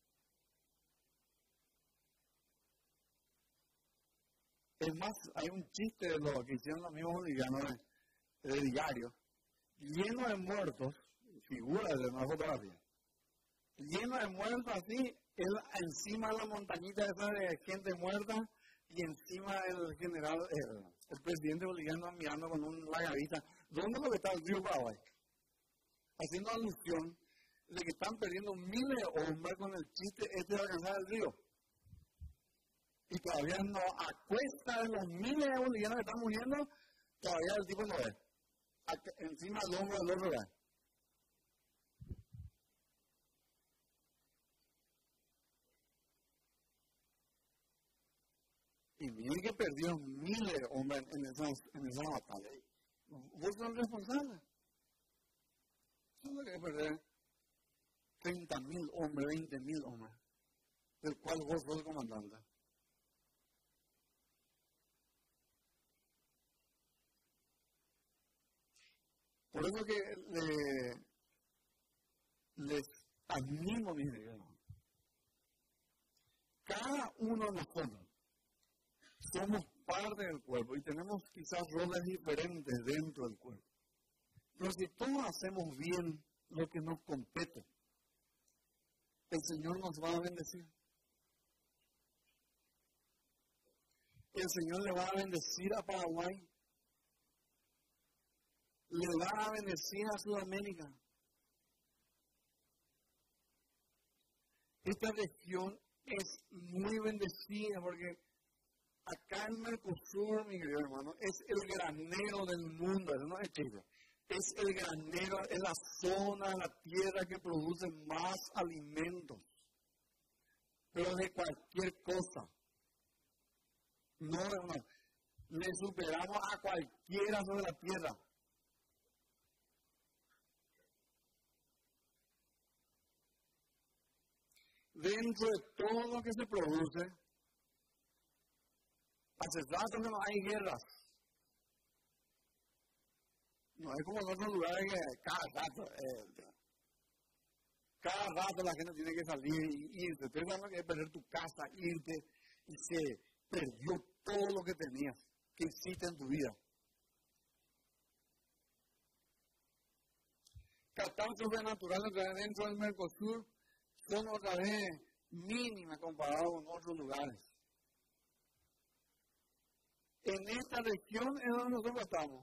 Es más, hay un chiste de lo que hicieron los mismos bolivianos de diario, lleno de muertos, figuras de una fotografía, lleno de muertos así, él encima de la montañita esa de gente muerta, y encima el general, el presidente boliviano mirando con una gavita. ¿Dónde es lo que está el río Paraguay? Haciendo alusión de que están perdiendo miles de hombres con el chiste este de alcanzar el río. Y todavía no, a cuesta de los miles de bolivianos que están muriendo, todavía el tipo no ve. Encima del hombro del otro ve. Y miren que perdió miles de hombres en esa batalla. Vos sos el responsable. Solo que perder 30.000 hombres, 20.000 hombres, del cual vos sos el comandante. Por eso que les animo, mis hermanos. Cada uno de nosotros somos parte del cuerpo y tenemos quizás roles diferentes dentro del cuerpo. Pero si todos hacemos bien lo que nos compete, el Señor nos va a bendecir. El Señor le va a bendecir a Paraguay. Le va a bendecir a Sudamérica. Esta región es muy bendecida porque acá en Mercosur, mi querido hermano, es el granero del mundo, eso no es chiste. Es el granero, es la zona, la tierra que produce más alimentos. Pero de cualquier cosa. No, hermano. Le superamos a cualquiera sobre la tierra. Dentro de todo lo que se produce, hace rato que no hay guerras. No es como en otros lugares que cada rato la gente tiene que salir y irse. Estoy hablando que perder tu casa, irte, y se perdió todo lo que tenías, que hiciste en tu vida. Catástrofes naturales dentro del Mercosur son otra vez mínimas comparadas con otros lugares. En esta región es donde nosotros estamos.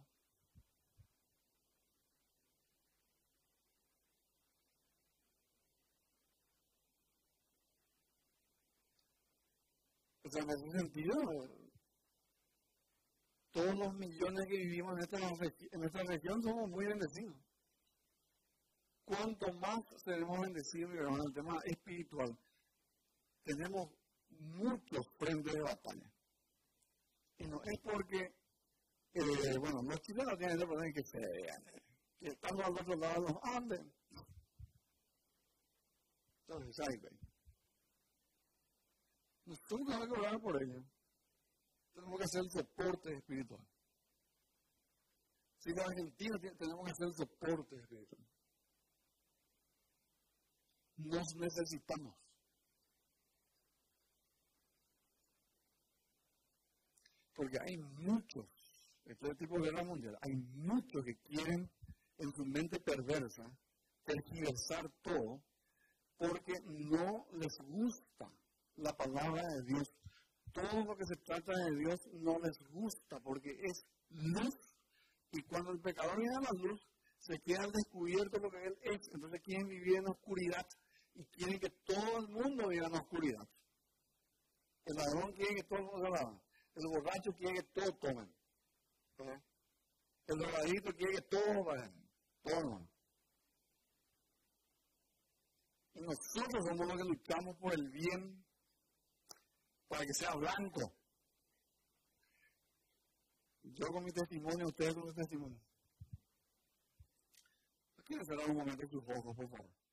O sea, en ese sentido, todos los millones que vivimos en esta región somos muy bendecidos. Cuanto más seremos bendecidos, en el tema espiritual, tenemos muchos frentes de batalla. Y no es porque, los chilenos tienen el problema que se vean, que estando al otro lado los Andes. Entonces, ahí ven. Nosotros tenemos que orar por ellos. Tenemos que hacer el soporte espiritual. Si en Argentina tenemos que hacer el soporte espiritual. Nos necesitamos. Porque hay muchos, este tipo de guerra mundial, hay muchos que quieren en su mente perversa tergiversar todo porque no les gusta la palabra de Dios. Todo lo que se trata de Dios no les gusta porque es luz Y cuando el pecador viene a la luz, se queda al descubierto lo que él es. Entonces quieren vivir en la oscuridad y quieren que todo el mundo viva en la oscuridad. El ladrón quiere que todo el mundo se lava. El borracho quiere que todos tomen. ¿Eh? El drogadicto quiere que todos vayan. Todos. Y nosotros somos los que luchamos por el bien para que sea blanco. Yo con mi testimonio, ustedes con su testimonio. ¿Quieren cerrar un momento sus ojos, por favor?